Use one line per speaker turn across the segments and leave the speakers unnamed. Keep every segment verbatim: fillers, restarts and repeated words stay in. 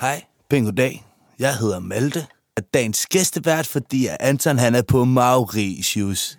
Hej, pæn goddag. Jeg hedder Malte. Er dagens gæstevært, fordi Anton han er på Mauritius.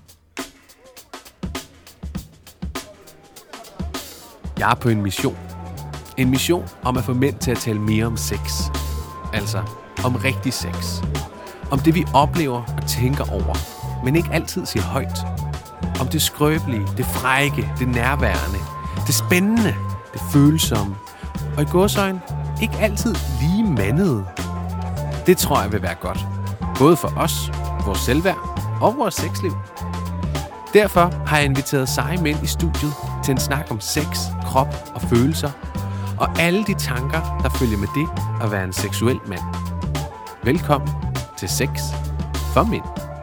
Jeg er på en mission. En mission om at få mænd til at tale mere om sex. Altså om rigtig sex. Om det vi oplever og tænker over, men ikke altid siger højt. Om det skrøbelige, det frække, det nærværende, det spændende, det følsomme. Og i gåseøjne ikke altid lige mandede. Det tror jeg vil være godt. Både for os, vores selvværd og vores sexliv. Derfor har jeg inviteret seje mænd i studiet til en snak om sex, krop og følelser. Og alle de tanker, der følger med det at være en seksuel mand. Velkommen til Sex for Mænd.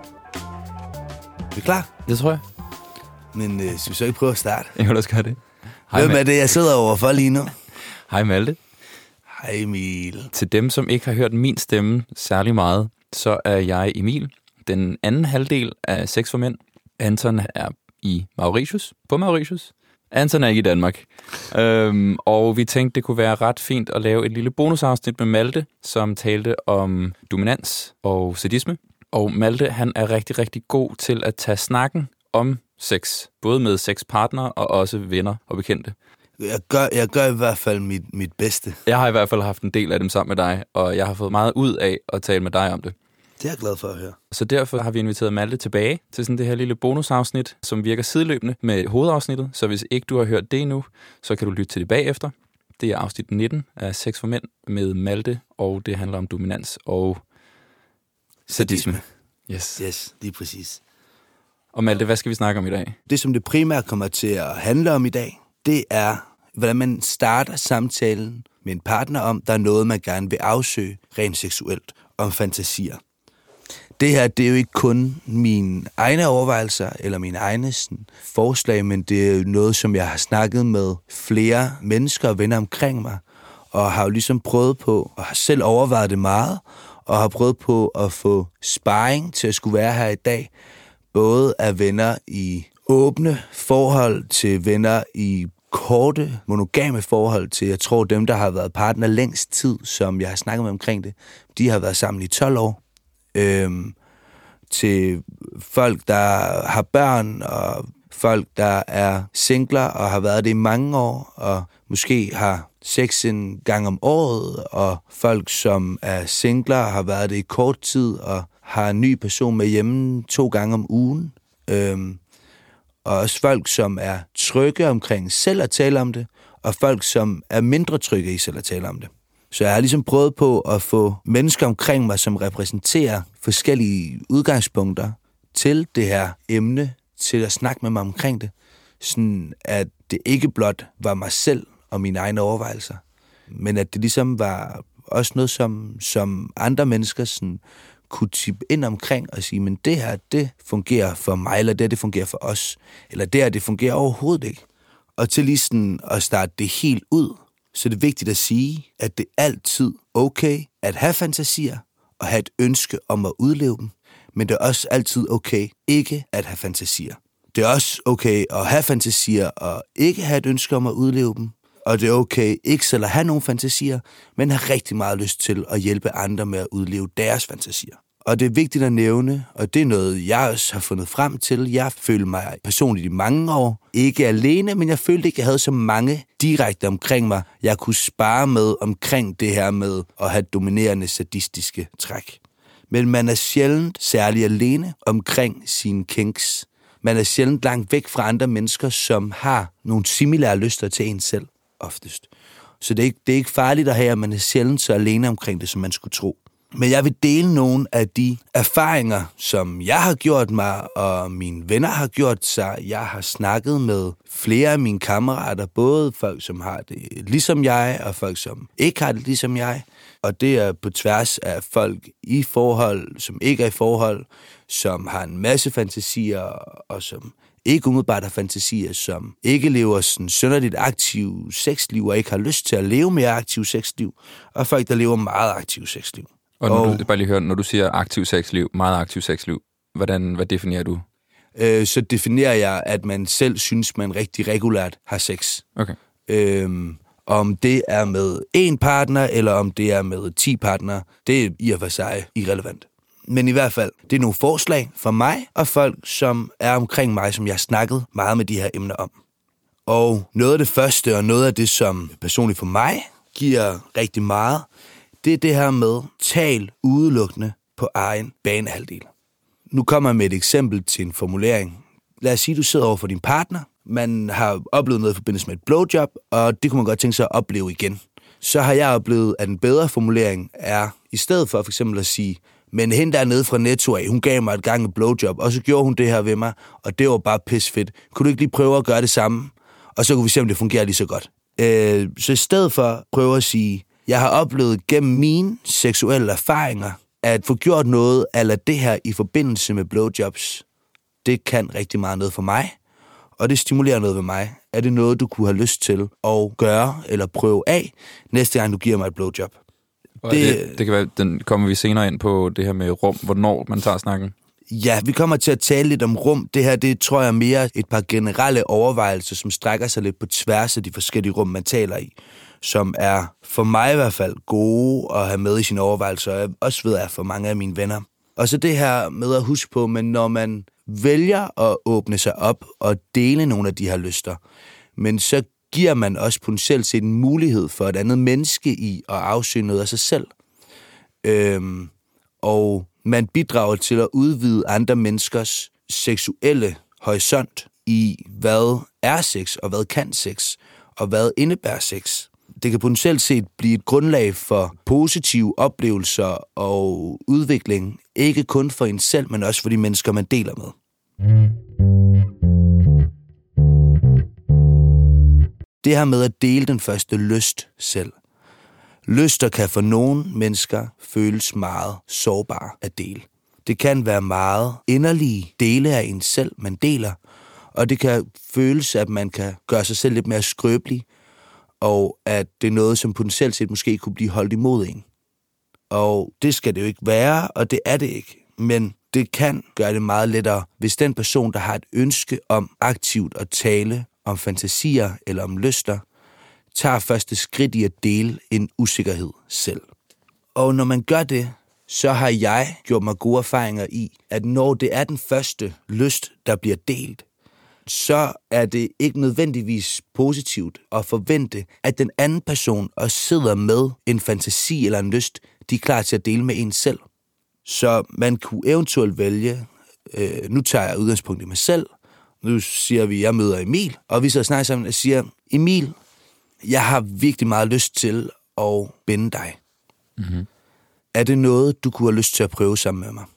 Er vi klar?
Det tror jeg.
Men øh, skal vi så ikke prøve at starte?
Jeg kan også gøre det.
Hvem er det, jeg sidder overfor lige nu?
Hej Malte.
Hej Emil.
Til dem, som ikke har hørt min stemme særlig meget, så er jeg Emil. Den anden halvdel af Sex for Mænd. Anton er i Mauritius, på Mauritius. Anton er ikke i Danmark. Øhm, og vi tænkte, det kunne være ret fint at lave et lille bonusafsnit med Malte, som talte om dominans og sadisme. Og Malte, han er rigtig, rigtig god til at tage snakken om sex. Både med sexpartnere og også venner og bekendte.
Jeg gør, jeg gør i hvert fald mit, mit bedste.
Jeg har i hvert fald haft en del af dem sammen med dig, og jeg har fået meget ud af at tale med dig om det.
Det er jeg glad for at høre.
Så derfor har vi inviteret Malte tilbage til sådan det her lille bonusafsnit, som virker sideløbende med hovedafsnittet. Så hvis ikke du har hørt det endnu, så kan du lytte til det bagefter. Det er afsnit nitten af Sex for Mænd med Malte, og det handler om dominans og sadisme. Yes.
Yes, lige præcis.
Og Malte, hvad skal vi snakke om i dag?
Det, som det primært kommer til at handle om i dag, det er, hvordan man starter samtalen med en partner om, der er noget, man gerne vil afsøge rent seksuelt, om fantasier. Det her, det er jo ikke kun mine egne overvejelser eller mine egne sådan, forslag, men det er jo noget, som jeg har snakket med flere mennesker og venner omkring mig, og har jo ligesom prøvet på, og har selv overvejet det meget, og har prøvet på at få sparring til at skulle være her i dag, både af venner i åbne forhold til venner i korte, monogame forhold til, jeg tror, dem, der har været partner længst tid, som jeg har snakket med omkring det, de har været sammen i tolv år. Øhm, til folk, der har børn, og folk, der er singler og har været det i mange år, og måske har sex en gang om året, og folk, som er singler og har været det i kort tid, og har en ny person med hjemme to gange om ugen. Øhm, og også folk, som er trygge omkring selv at tale om det, og folk, som er mindre trygge i selv at tale om det. Så jeg har ligesom prøvet på at få mennesker omkring mig, som repræsenterer forskellige udgangspunkter til det her emne, til at snakke med mig omkring det. Sådan at det ikke blot var mig selv og mine egne overvejelser, men at det ligesom var også noget, som, som andre mennesker sådan kunne tippe ind omkring og sige, men det her, det fungerer for mig, eller det her, det fungerer for os, eller det her, det fungerer overhovedet ikke. Og til lige sådan at starte det helt ud, så er det vigtigt at sige, at det er altid okay at have fantasier og have et ønske om at udleve dem, men det er også altid okay ikke at have fantasier. Det er også okay at have fantasier og ikke have et ønske om at udleve dem, og det er okay ikke selv at have nogle fantasier, men have rigtig meget lyst til at hjælpe andre med at udleve deres fantasier. Og det er vigtigt at nævne, og det er noget, jeg også har fundet frem til. Jeg følte mig personligt i mange år ikke alene, men jeg følte ikke, at jeg havde så mange direkte omkring mig, jeg kunne spare med omkring det her med at have dominerende sadistiske træk. Men man er sjældent særlig alene omkring sine kinks. Man er sjældent langt væk fra andre mennesker, som har nogle similære lyster til en selv, oftest. Så det er ikke, det er ikke farligt at have, at man er sjældent så alene omkring det, som man skulle tro. Men jeg vil dele nogle af de erfaringer, som jeg har gjort mig, og mine venner har gjort sig. Jeg har snakket med flere af mine kammerater, både folk, som har det ligesom jeg, og folk, som ikke har det ligesom jeg. Og det er på tværs af folk i forhold, som ikke er i forhold, som har en masse fantasier, og som ikke umiddelbart har fantasier, som ikke lever sådan synderligt aktivt sexliv, og ikke har lyst til at leve mere aktivt sexliv, og folk, der lever meget aktivt sexliv.
Og når og, du, bare lige høre, når du siger aktiv sexliv, meget aktiv sexliv, hvordan, hvad definerer du?
Øh, så definerer jeg, at man selv synes, man rigtig regulært har sex.
Okay.
Øhm, Om det er med én partner, eller om det er med ti partnere, det er i og for sig irrelevant. Men i hvert fald, det er nogle forslag fra mig og folk, som er omkring mig, som jeg har snakket meget med de her emner om. Og noget af det første, og noget af det, som personligt for mig giver rigtig meget, det er det her med tal udelukkende på egen banehalvdel. Nu kommer jeg med et eksempel til en formulering. Lad os sige, at du sidder over for din partner. Man har oplevet noget i forbindelse med et blowjob, og det kunne man godt tænke sig at opleve igen. Så har jeg oplevet, at en bedre formulering er, i stedet for for eksempel at sige, men hende dernede fra Netto af, hun gav mig et gang et blowjob, og så gjorde hun det her ved mig, og det var bare pisfedt. Kunne du ikke lige prøve at gøre det samme? Og så kunne vi se, om det fungerer lige så godt. Øh, så i stedet for prøve at sige, jeg har oplevet gennem mine seksuelle erfaringer, at få gjort noget eller det her i forbindelse med blowjobs, det kan rigtig meget noget for mig, og det stimulerer noget ved mig. Er det noget, du kunne have lyst til at gøre eller prøve af, næste gang du giver mig et blowjob?
Det, det, det kan være, den kommer vi senere ind på, det her med rum, hvornår man tager snakken.
Ja, vi kommer til at tale lidt om rum. Det her, det tror jeg er mere et par generelle overvejelser, som strækker sig lidt på tværs af de forskellige rum, man taler i, som er for mig i hvert fald gode at have med i sine overvejelser, og jeg også ved jeg for mange af mine venner. Og så det her med at huske på, men når man vælger at åbne sig op og dele nogle af de her lyster, men så giver man også potentielt set en mulighed for et andet menneske i at afsøge noget af sig selv. Øhm, og man bidrager til at udvide andre menneskers seksuelle horisont i, hvad er sex, og hvad kan sex, og hvad indebærer sex. Det kan potentielt set blive et grundlag for positive oplevelser og udvikling, ikke kun for en selv, men også for de mennesker, man deler med. Det her med at dele den første lyst selv. Lyster kan for nogle mennesker føles meget sårbare at dele. Det kan være meget inderlige dele af en selv, man deler, og det kan føles, at man kan gøre sig selv lidt mere skrøbelig, og at det er noget, som potentielt set måske kunne blive holdt imod en. Og det skal det jo ikke være, og det er det ikke. Men det kan gøre det meget lettere, hvis den person, der har et ønske om aktivt at tale om fantasier eller om lyster, tager første skridt i at dele en usikkerhed selv. Og når man gør det, så har jeg gjort mig gode erfaringer i, at når det er den første lyst, der bliver delt, så er det ikke nødvendigvis positivt at forvente, at den anden person også sidder med en fantasi eller en lyst, de er klar til at dele med en selv. Så man kunne eventuelt vælge, øh, nu tager jeg udgangspunkt i mig selv, nu siger vi, at jeg møder Emil, og vi så snakker sammen og siger, Emil, jeg har virkelig meget lyst til at binde dig. Mm-hmm. Er det noget, du kunne have lyst til at prøve sammen med mig?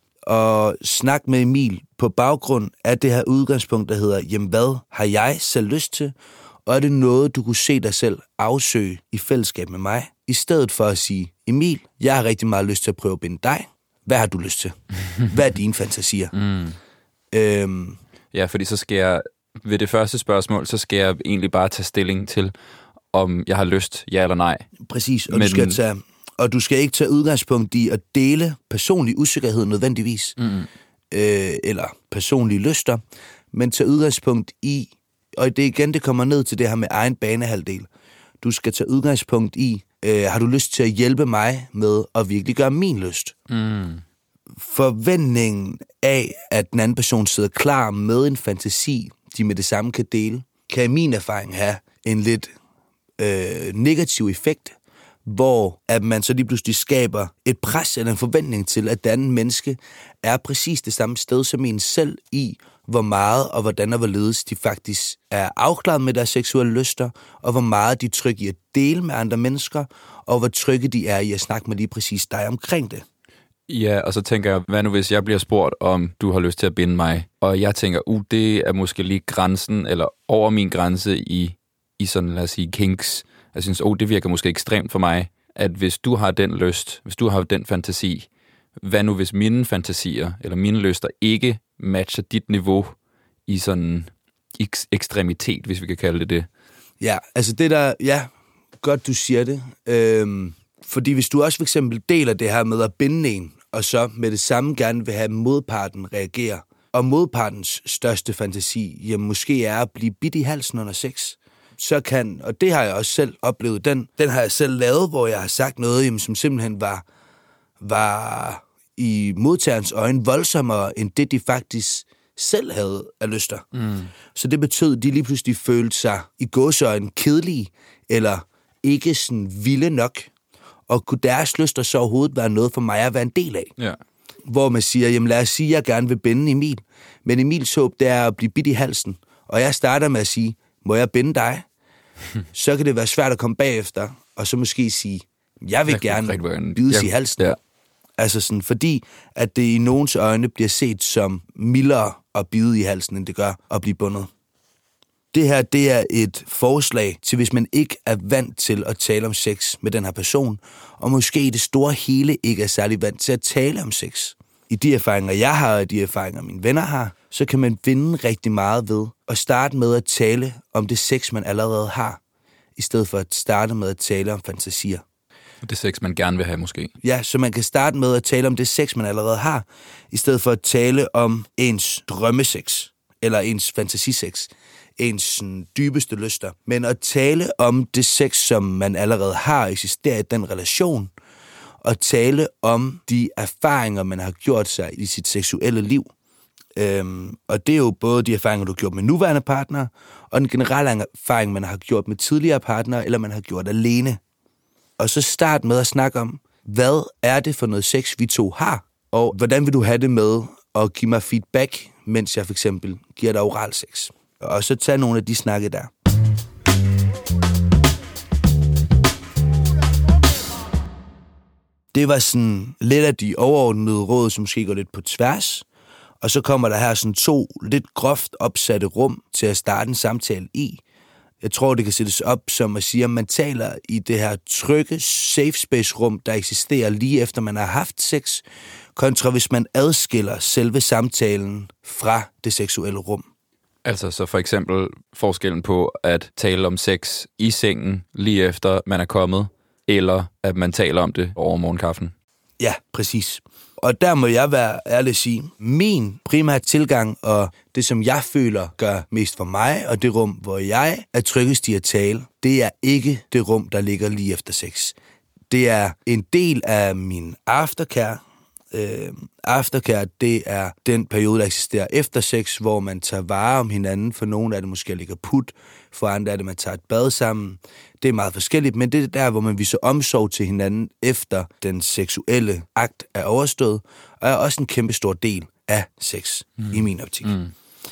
Og snak med Emil på baggrund af det her udgangspunkt, der hedder, jamen hvad har jeg selv lyst til? Og er det noget, du kunne se dig selv afsøge i fællesskab med mig? I stedet for at sige, Emil, jeg har rigtig meget lyst til at prøve at binde dig. Hvad har du lyst til? Hvad er dine fantasier? Mm. Øhm,
ja, fordi så skal jeg, ved det første spørgsmål, så skal jeg egentlig bare tage stilling til, om jeg har lyst, ja eller nej.
Præcis, og,
Men...
du skal tage, og du skal ikke tage udgangspunkt i at dele personlig usikkerhed nødvendigvis, mm. øh, eller personlige lyster, men tage udgangspunkt i, og det igen, det kommer ned til det her med egen banehalvdel. Du skal tage udgangspunkt i, øh, har du lyst til at hjælpe mig med at virkelig gøre min lyst? Mm. Forventningen af, at den anden person sidder klar med en fantasi, de med det samme kan dele, kan i min erfaring have en lidt øh, negativ effekt, hvor at man så lige pludselig skaber et pres eller en forventning til, at den anden menneske er præcis det samme sted som en selv i, hvor meget og hvordan og hvorledes de faktisk er afklaret med deres seksuelle lyster, og hvor meget de er trygge i at dele med andre mennesker, og hvor trygge de er i at snakke med lige præcis dig omkring det.
Ja, og så tænker jeg, hvad nu hvis jeg bliver spurgt, om du har lyst til at binde mig, og jeg tænker, uh, det er måske lige grænsen, eller over min grænse i, i sådan, lad os sige, kinks. Jeg synes, oh, det virker måske ekstremt for mig, at hvis du har den lyst, hvis du har den fantasi, hvad nu hvis mine fantasier, eller mine lyster, ikke matcher dit niveau i sådan ek- ekstremitet, hvis vi kan kalde det det?
Ja, altså det der, ja, godt du siger det. Øhm, fordi hvis du også for eksempel deler det her med at binde en, og så med det samme gerne vil have modparten reagere, og modpartens største fantasi, jamen måske er at blive bidt i halsen under sex, så kan, og det har jeg også selv oplevet, den, den har jeg selv lavet, hvor jeg har sagt noget, jamen, som simpelthen var, var i modtagerens øjne voldsommere, end det de faktisk selv havde af lyster. Mm. Så det betød, at de lige pludselig følte sig i gåseøjne kedelige, eller ikke sådan vilde nok, og kunne deres lyster så overhovedet være noget for mig at være en del af.
Ja.
Hvor man siger, jamen lad os sige, at jeg gerne vil binde Emil, men Emils håb, det er at blive bidt i halsen, og jeg starter med at sige, må jeg binde dig? Så kan det være svært at komme bagefter, og så måske sige, jeg vil jeg gerne bides i halsen. Ja. Altså sådan, fordi at det i nogens øjne bliver set som mildere at bide i halsen, end det gør at blive bundet. Det her, det er et forslag til, hvis man ikke er vant til at tale om sex med den her person, og måske i det store hele ikke er særlig vant til at tale om sex. I de erfaringer, jeg har, og de erfaringer, mine venner har, så kan man vinde rigtig meget ved at starte med at tale om det sex, man allerede har, i stedet for at starte med at tale om fantasier.
Det sex, man gerne vil have, måske.
Ja, så man kan starte med at tale om det sex, man allerede har, i stedet for at tale om ens drømmesex, eller ens fantasisex, ens sådan, dybeste lyster. Men at tale om det sex, som man allerede har, eksisterer i den relation, og tale om de erfaringer, man har gjort sig i sit seksuelle liv. Øhm, og det er jo både de erfaringer, du har gjort med nuværende partner, og den generelle erfaring, man har gjort med tidligere partnere, eller man har gjort alene. Og så start med at snakke om, hvad er det for noget sex, vi to har? Og hvordan vil du have det med at give mig feedback, mens jeg for eksempel giver dig oral sex? Og så tage nogle af de snakke der. Det var sådan lidt af de overordnede råd, som måske går lidt på tværs. Og så kommer der her sådan to lidt groft opsatte rum til at starte en samtale i. Jeg tror, det kan sættes op som at sige, at man taler i det her trygge safe space-rum, der eksisterer lige efter man har haft sex, kontra hvis man adskiller selve samtalen fra det seksuelle rum.
Altså så for eksempel forskellen på at tale om sex i sengen lige efter man er kommet, eller at man taler om det over morgenkaffen.
Ja, præcis. Og der må jeg være ærlig at sige, min primære tilgang og det, som jeg føler gør mest for mig, og det rum, hvor jeg er tryggest i at tale, det er ikke det rum, der ligger lige efter sex. Det er en del af min aftercare. Øh, aftercare, det er den periode, der eksisterer efter sex, hvor man tager vare om hinanden. For nogle af det måske ligger put, for andre er det, man tager et bad sammen. Det er meget forskelligt, men det er der, hvor man viser omsorg til hinanden efter den seksuelle akt er overstået, og er også en kæmpe stor del af sex, mm. i min optik. Mm.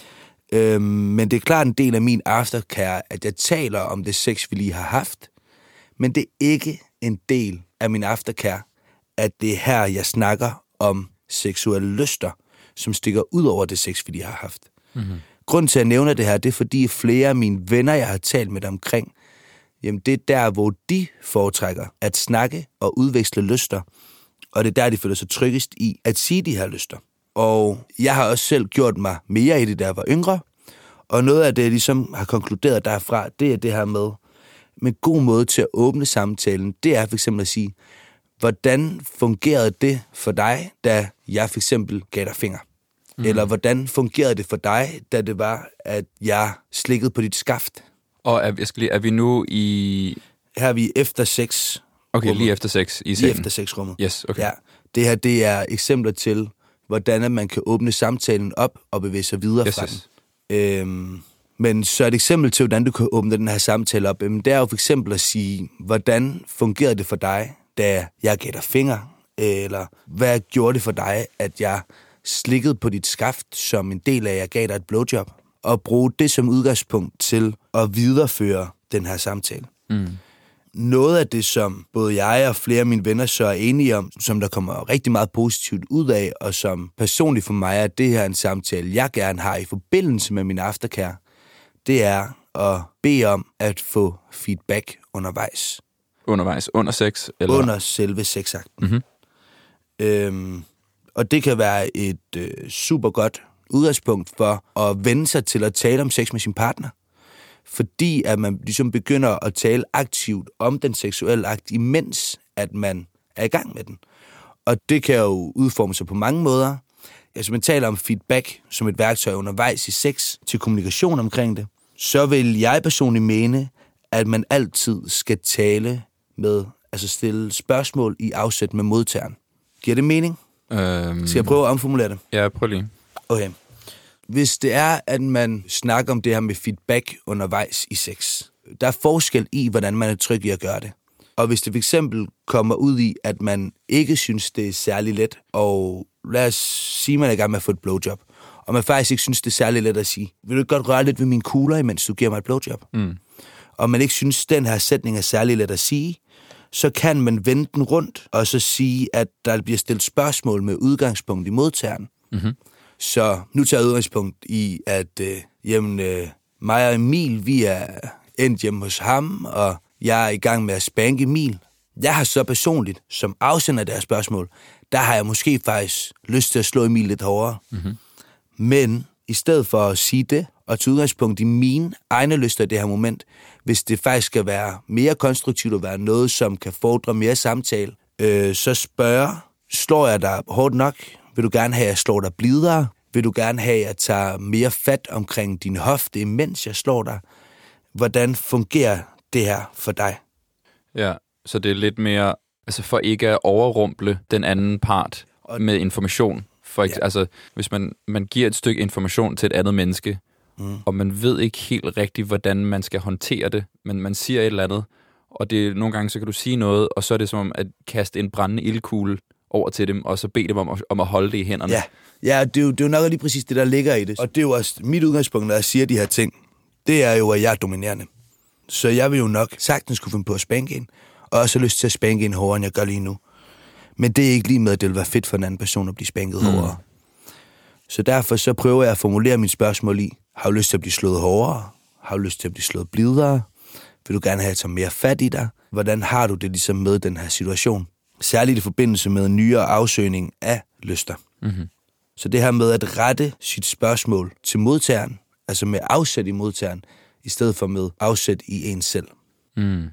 Øhm, men det er klart en del af min aftercare, at jeg taler om det sex, vi lige har haft, men det er ikke en del af min aftercare, at det er her, jeg snakker om seksuelle lyster, som stikker ud over det sex, vi lige har haft. Mm-hmm. Grunden til at nævne det her, det er fordi flere af mine venner, jeg har talt med dem omkring, jamen det er der, hvor de foretrækker at snakke og udveksle lyster, og det er der, de føler sig tryggest i at sige de her lyster. Og jeg har også selv gjort mig mere i det, da jeg var yngre, og noget af det, jeg ligesom har konkluderet derfra, det er det her med, med en god måde til at åbne samtalen, det er for eksempel at sige, hvordan fungerede det for dig, da jeg for eksempel gav dig finger? Mm. Eller hvordan fungerede det for dig, da det var, at jeg slikkede på dit skaft?
Og er, jeg skal lige, er vi nu i...
Her er vi efter sex.
Okay, rummet. Lige efter sex i
Lige efter sexrummet.
Yes, okay.
Ja, det her, det er eksempler til, hvordan man kan åbne samtalen op og bevæge sig videre
yes,
fra
yes.
den. Øhm, men så et eksempel til, hvordan du kan åbne den her samtale op, det er jo for eksempel at sige, hvordan fungerede det for dig, da jeg gav dig fingre? Eller hvad gjorde det for dig, at jeg slikkede på dit skaft som en del af, at jeg gav dig et blowjob? Og bruge det som udgangspunkt til at videreføre den her samtale. Mm. Noget af det, som både jeg og flere af mine venner så er enige om, som der kommer rigtig meget positivt ud af, og som personligt for mig er det her en samtale, jeg gerne har i forbindelse med min aftercare, det er at bede om at få feedback undervejs.
Undervejs? Under sex? Eller?
Under selve sexakten. Mm-hmm. Øhm, og det kan være et øh, super godt udgangspunkt for at vende sig til at tale om sex med sin partner. Fordi at man ligesom begynder at tale aktivt om den seksuelle akt, imens at man er i gang med den. Og det kan jo udforme sig på mange måder. Altså man taler om feedback som et værktøj undervejs i sex til kommunikation omkring det. så vil jeg personligt mene, at man altid skal tale med, altså stille spørgsmål i afsæt med modtageren. Giver det mening?
Øhm,
Skal jeg prøve at omformulere det?
Ja, prøv lige.
Okay. Hvis det er, at man snakker om det her med feedback undervejs i sex, der er forskel i, hvordan man er tryg i at gøre det. Og hvis det fx kommer ud i, at man ikke synes, det er særlig let, og lad os sige, at man er i gang med at få et blowjob, og man faktisk ikke synes, det er særlig let at sige, vil du godt røre lidt ved mine kugler, imens du giver mig et blowjob?
Mm.
Og man ikke synes, den her sætning er særlig let at sige, så kan man vende den rundt, og så sige, at der bliver stillet spørgsmål med udgangspunkt i modtageren.
Mm-hmm.
Så nu tager jeg udgangspunkt i, at øh, jamen, øh, mig og Emil, vi er endt hjemme hos ham, og jeg er i gang med at spanke Emil. Jeg har så personligt, som afsender af deres spørgsmål, der har jeg måske faktisk lyst til at slå Emil lidt hårdere.
Mm-hmm.
Men i stedet for at sige det, og tage udgangspunkt i mine egne lyster i det her moment, hvis det faktisk skal være mere konstruktivt og være noget, som kan fordre mere samtale, øh, så spørger, slår jeg dig hårdt nok? Vil du gerne have, at jeg slår dig blidere? Vil du gerne have, at jeg tager mere fat omkring din hofte, imens jeg slår dig? Hvordan fungerer det her for dig?
Ja, så det er lidt mere, altså for ikke at overrumple den anden part med information. For ikke, ja. Altså, hvis man, man giver et stykke information til et andet menneske, mm. og man ved ikke helt rigtigt, hvordan man skal håndtere det, men man siger et eller andet, og det nogle gange, så kan du sige noget, og så er det som om at kaste en brændende ildkugle over til dem, og så bede dem om at, om at holde det i hænderne.
Ja, ja det, er jo, det er jo nok lige præcis det, der ligger i det. Og det er jo også mit udgangspunkt, når jeg siger de her ting, det er jo, at jeg er dominerende. Så jeg vil jo nok sagtens kunne finde på at spanke en, og også have lyst til at spanke en hårdere, end jeg gør lige nu. Men det er ikke lige med, at det vil være fedt for en anden person at blive spanket mm. hårdere. Så derfor så prøver jeg at formulere mine spørgsmål i, har du lyst til at blive slået hårdere? Har du lyst til at blive slået blidere? Vil du gerne have at tage mere fat i dig? Hvordan har du det ligesom med den her situation? Særligt i forbindelse med en nyere afsøgning af lyster.
Mm-hmm.
Så det her med at rette sit spørgsmål til modtageren, altså med afsæt i modtageren, i stedet for med afsæt i en selv.
Mm.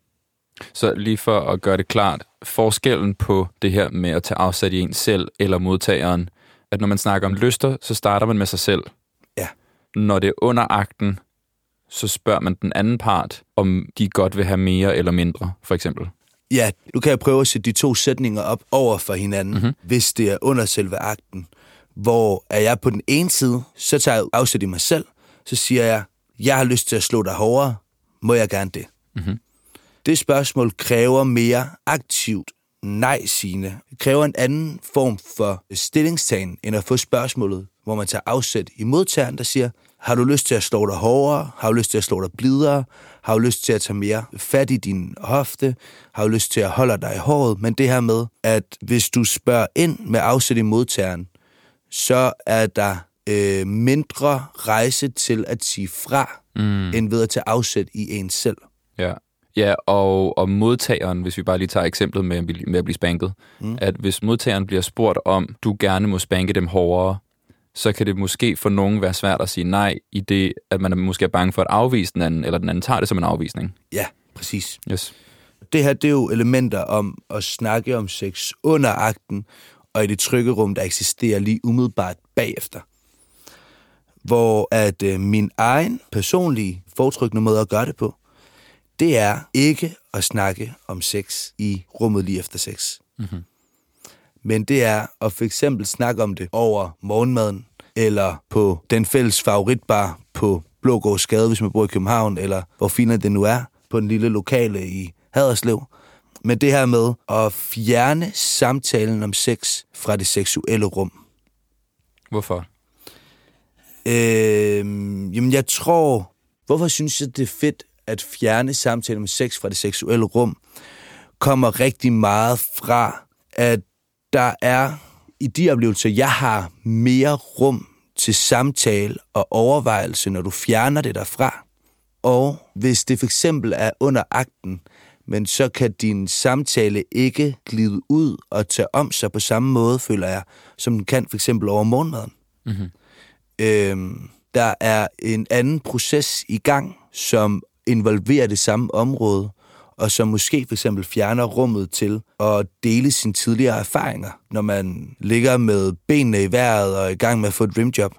Så lige for at gøre det klart, forskellen på det her med at tage afsæt i en selv eller modtageren, at når man snakker om lyster, så starter man med sig selv.
Ja.
Når det er under akten, så spørger man den anden part, om de godt vil have mere eller mindre, for eksempel.
Ja, nu kan jeg prøve at sætte de to sætninger op over for hinanden, mm-hmm. hvis det er under selve akten. Hvor er jeg på den ene side, så tager jeg afsæt i mig selv, så siger jeg, jeg har lyst til at slå dig hårdere, må jeg gerne det?
Mm-hmm.
Det spørgsmål kræver mere aktivt nej-sigende. Det kræver en anden form for stillingstagen, end at få spørgsmålet, hvor man tager afsæt i modtageren, der siger, har du lyst til at slå dig hårdere? Har du lyst til at slå dig blidere? Har du lyst til at tage mere fat i din hofte? Har du lyst til at holde dig i håret? Men det her med, at hvis du spørger ind med afsæt i modtageren, så er der øh, mindre rejse til at sige fra, mm. end ved at tage afsæt i en selv.
Ja. Ja, og, og modtageren, hvis vi bare lige tager eksemplet med, med at blive spanket, mm. at hvis modtageren bliver spurgt om, du gerne må spanke dem hårdere, så kan det måske for nogen være svært at sige nej, i det, at man måske er bange for at afvise den anden, eller den anden tager det som en afvisning.
Ja, præcis.
Yes.
Det her, det er jo elementer om at snakke om sex under akten, og i det trygge rum, der eksisterer lige umiddelbart bagefter. Hvor at øh, min egen personlige foretrykkende måde at gøre det på, det er ikke at snakke om sex i rummet lige efter sex.
Mm-hmm.
Men det er at for eksempel snakke om det over morgenmaden, eller på den fælles favoritbar på Blågårdsgade, hvis man bor i København, eller hvor fint det nu er, på den lille lokale i Haderslev. Men det her med at fjerne samtalen om sex fra det seksuelle rum.
Hvorfor?
Øh, jamen jeg tror, hvorfor synes jeg det er fedt at fjerne samtalen om sex fra det seksuelle rum, kommer rigtig meget fra, at der er i de oplevelser, jeg har mere rum til samtale og overvejelse, når du fjerner det derfra. Og hvis det for eksempel er under akten, men så kan din samtale ikke glide ud og tage om sig på samme måde, føler jeg, som den kan for eksempel over morgenmaden.
Mm-hmm.
Øhm, der er en anden proces i gang, som involverer det samme område, og som måske for eksempel fjerner rummet til at dele sine tidligere erfaringer, når man ligger med benene i vejret og er i gang med at få et rimjob.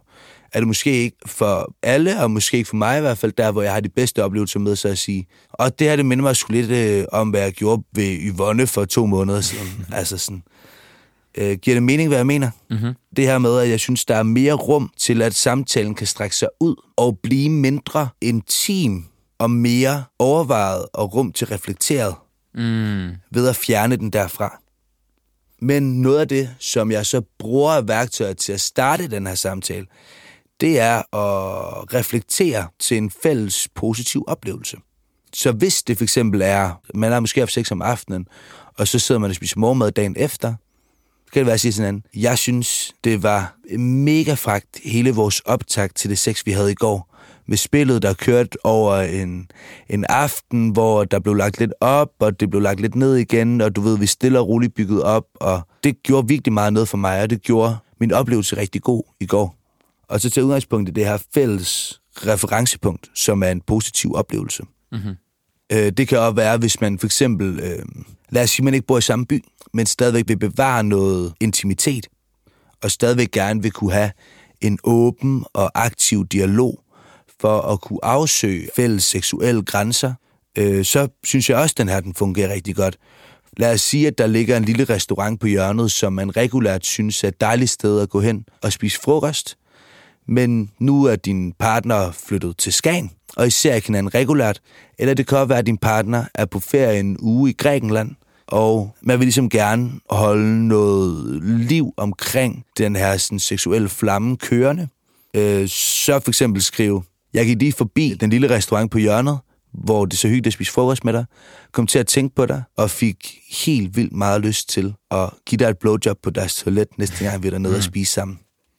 er det måske ikke for alle, og måske ikke for mig i hvert fald, der hvor jeg har de bedste oplevelser med, så at sige. Og det her, det minder mig sgu lidt øh, om, hvad jeg gjorde ved Yvonne for to måneder siden. altså sådan, øh, giver det mening, hvad jeg mener?
Mm-hmm.
Det her med, at jeg synes, der er mere rum til, at samtalen kan strække sig ud og blive mindre intim og mere overvejet og rum til reflekteret
Mm.
ved at fjerne den derfra. Men noget af det, som jeg så bruger af værktøjer til at starte den her samtale, det er at reflektere til en fælles positiv oplevelse. Så hvis det for eksempel er, man har måske haft sex om aftenen, og så sidder man og spiser morgenmad dagen efter, så kan det være at sige sådan en, jeg synes, det var mega fragt hele vores optakt til det sex, vi havde i går, med spillet, der kørte over en, en aften, hvor der blev lagt lidt op, og det blev lagt lidt ned igen, og du ved, vi stille og roligt bygget op, og det gjorde virkelig meget noget for mig, og det gjorde min oplevelse rigtig god i går. Og så til udgangspunkt i det her fælles referencepunkt, som er en positiv oplevelse.
Mm-hmm.
Øh, det kan også være, hvis man for eksempel, øh, lad os sige, man ikke bor i samme by, men stadigvæk vil bevare noget intimitet, og stadigvæk gerne vil kunne have en åben og aktiv dialog, for at kunne afsøge fælles seksuelle grænser, øh, så synes jeg også, at den her den fungerer rigtig godt. Lad os sige, at der ligger en lille restaurant på hjørnet, som man regulært synes er et dejligt sted at gå hen og spise frokost, men nu er din partner flyttet til Skagen, og I ser ikke hinanden regulært, eller det kan også være, at din partner er på ferie en uge i Grækenland, og man vil ligesom gerne holde noget liv omkring den her sådan, seksuelle flamme kørende. Øh, så for eksempel skrive, jeg gik lige forbi den lille restaurant på hjørnet, hvor det så hyggeligt at spise frokost med dig, kom til at tænke på dig, og fik helt vildt meget lyst til at give dig et blowjob på deres toilet, næste gang vi er dernede og spise sammen.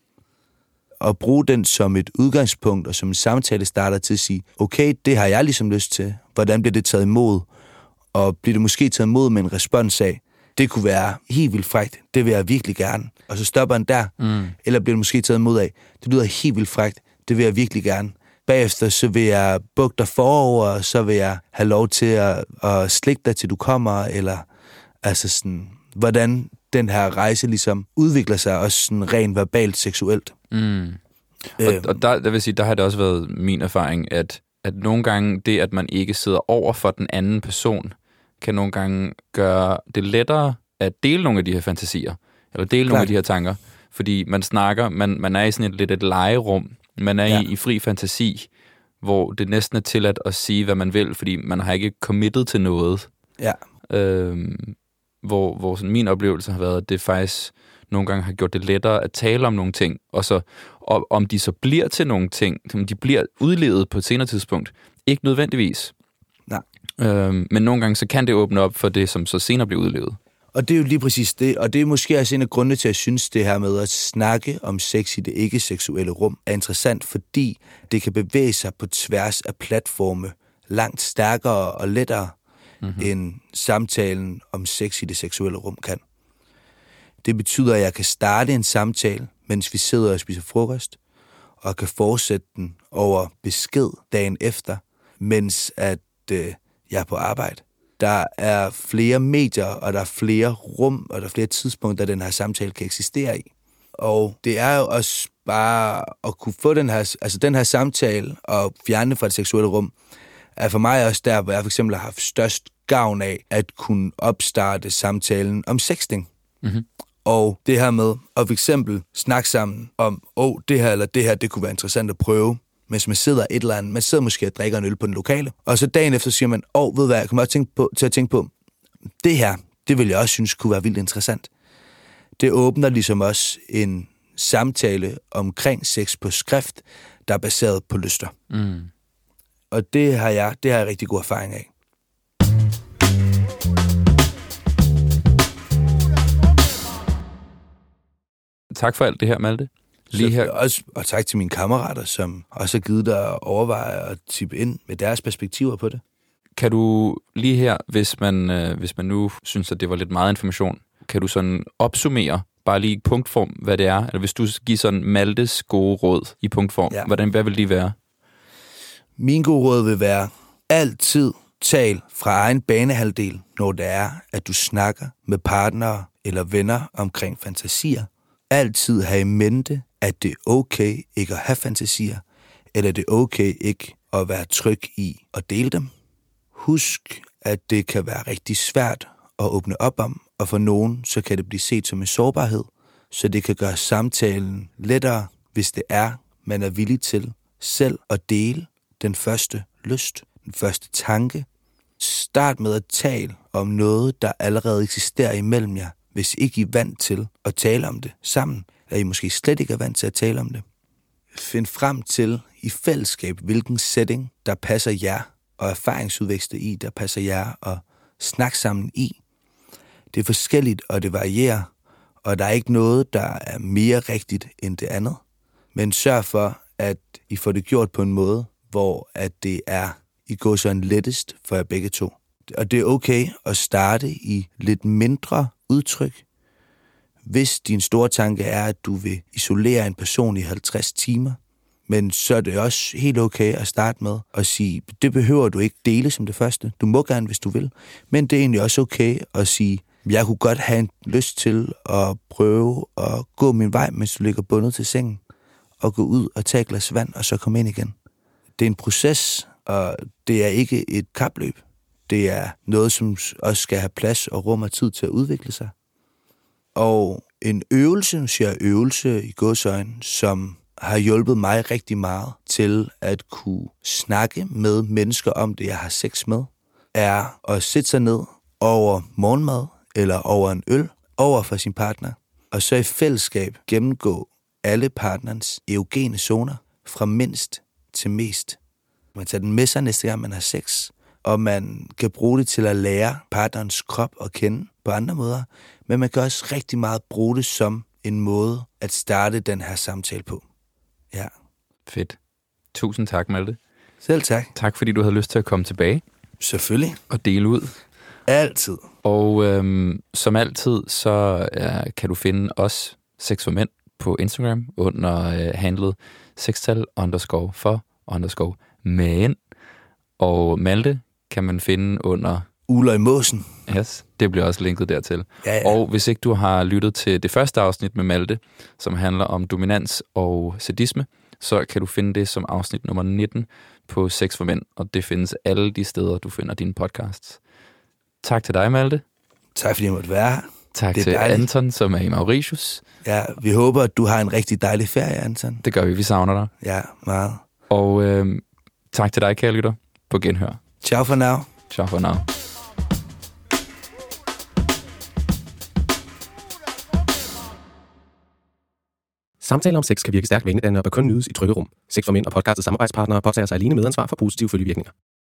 Og bruge den som et udgangspunkt, og som en samtale starter til at sige, okay, det har jeg ligesom lyst til. Hvordan bliver det taget imod? Og bliver det måske taget imod med en respons af, det kunne være helt vildt frækt, det vil jeg virkelig gerne. Og så stopper han der. Mm. Eller bliver det måske taget imod af, det lyder helt vildt frækt, det vil jeg virkelig gerne. Bagefter så vil jeg bukke dig forover, og så vil jeg have lov til at, at slikke dig, til du kommer, eller altså sådan, hvordan den her rejse ligesom udvikler sig, også sådan rent verbalt, seksuelt.
Mm. Og, og der, der vil sige, der har det også været min erfaring, at, at nogle gange det, at man ikke sidder over for den anden person, kan nogle gange gøre det lettere at dele nogle af de her fantasier, eller dele Klar. nogle af de her tanker, fordi man snakker, man, man er i sådan et lidt et legerum, man er ja. i, i fri fantasi, hvor det næsten er tilladt at sige, hvad man vil, fordi man har ikke committed til noget.
Ja.
Øhm, hvor hvor sådan min oplevelse har været, at det faktisk nogle gange har gjort det lettere at tale om nogle ting, og så og, om de så bliver til nogle ting, om de bliver udlevet på et senere tidspunkt, ikke nødvendigvis.
Nej.
Øhm, men nogle gange så kan det åbne op for det, som så senere bliver udlevet.
Og det er jo lige præcis det, og det er måske også en af grundene til, at jeg synes, det her med at snakke om sex i det ikke-seksuelle rum er interessant, fordi det kan bevæge sig på tværs af platforme langt stærkere og lettere, mm-hmm. end samtalen om sex i det seksuelle rum kan. Det betyder, at jeg kan starte en samtale, mens vi sidder og spiser frokost, og kan fortsætte den over besked dagen efter, mens at øh, jeg er på arbejde. Der er flere medier, og der er flere rum, og der er flere tidspunkter, den her samtale kan eksistere i. Og det er jo også bare at kunne få den her, altså den her samtale og fjerne fra det seksuelle rum, er for mig også der, hvor jeg for eksempel har haft størst gavn af at kunne opstarte samtalen om sexting. Mm-hmm. Og det her med at for eksempel snakke sammen om, åh, oh, det her eller det her, det kunne være interessant at prøve, mens man sidder et eller andet, man sidder måske og drikker en øl på den lokale, og så dagen efter siger man, åh, oh, ved du hvad, jeg kommer også tænke på, til at tænke på, det her, det vil jeg også synes kunne være vildt interessant. Det åbner ligesom også en samtale omkring sex på skrift, der er baseret på lyster. Mm. Og det har jeg, det har jeg rigtig god erfaring af.
Tak for alt det her, Malte. Lige her.
Også, og tak til mine kammerater, som også har givet dig at overveje at tippe ind med deres perspektiver på det.
Kan du lige her, hvis man, øh, hvis man nu synes, at det var lidt meget information, kan du sådan opsummere, bare lige i punktform, hvad det er? Eller hvis du giver sådan Maltes gode råd i punktform, ja. hvordan, hvad vil de være?
Min gode råd vil være, altid tal fra egen banehalvdel, når det er, at du snakker med partnere eller venner omkring fantasier. altid have i mente, at det er okay ikke at have fantasier, eller det er okay ikke at være tryg i at dele dem. Husk, at det kan være rigtig svært at åbne op om, og for nogen så kan det blive set som en sårbarhed, så det kan gøre samtalen lettere, hvis det er, man er villig til selv at dele den første lyst, den første tanke. Start med at tale om noget, der allerede eksisterer imellem jer, hvis ikke I er vant til at tale om det sammen, eller I måske slet ikke er vant til at tale om det. Find frem til i fællesskab, hvilken setting, der passer jer, og erfaringsudveksle i, der passer jer, og snak sammen i. Det er forskelligt, og det varierer, og der er ikke noget, der er mere rigtigt end det andet. Men sørg for, at I får det gjort på en måde, hvor at det er, I går sådan lettest for jer begge to. Og det er okay at starte i lidt mindre udtryk. Hvis din store tanke er, at du vil isolere en person i halvtreds timer, men så er det også helt okay at starte med at sige, det behøver du ikke dele som det første. Du må gerne, hvis du vil. Men det er egentlig også okay at sige, jeg kunne godt have en lyst til at prøve at gå min vej, mens du ligger bundet til sengen, og gå ud og tage et glas vand, og så komme ind igen. Det er en proces, og det er ikke et kapløb. Det er noget, som også skal have plads og rum og tid til at udvikle sig. Og en øvelse, nu siger jeg øvelse i gåseøjne, som har hjulpet mig rigtig meget til at kunne snakke med mennesker om det, jeg har sex med, er at sætte sig ned over morgenmad eller over en øl, over for sin partner, og så i fællesskab gennemgå alle partnerens erogene zoner fra mindst til mest. Man tager den med sig næste gang, man har sex, og man kan bruge det til at lære partnerens krop at kende på andre måder, men man kan også rigtig meget bruge det som en måde at starte den her samtale på. Ja.
Fedt. Tusind tak, Malte.
Selv tak.
Tak, fordi du havde lyst til at komme tilbage.
Selvfølgelig.
Og dele ud.
Altid.
Og øhm, som altid, så øh, kan du finde os, Sex for Mænd, på Instagram under øh, handlet sextal underscore for underscore mænd. Og Malte kan man finde under
Uler i måsen.
Yes, det bliver også linket dertil.
Ja, ja.
Og hvis ikke du har lyttet til det første afsnit med Malte, som handler om dominans og sadisme, så kan du finde det som afsnit nummer nitten på Sex for Mænd, og det findes alle de steder, du finder dine podcasts. Tak til dig, Malte.
Tak fordi jeg måtte være her.
Tak til dejligt. Anton, som er i Mauritius.
Ja, vi håber, at du har en rigtig dejlig ferie, Anton.
Det gør vi, vi savner dig.
Ja, meget.
Og øh, tak til dig, kære lytter. På genhør.
Ciao for now.
Ciao for now.
Samtaler om sex kan virke stærkt vanedannende og bør kun nydes i trygge rum. Sex for Mænd og podcastets samarbejdspartnere påtager sig alene medansvar for positive følgevirkninger.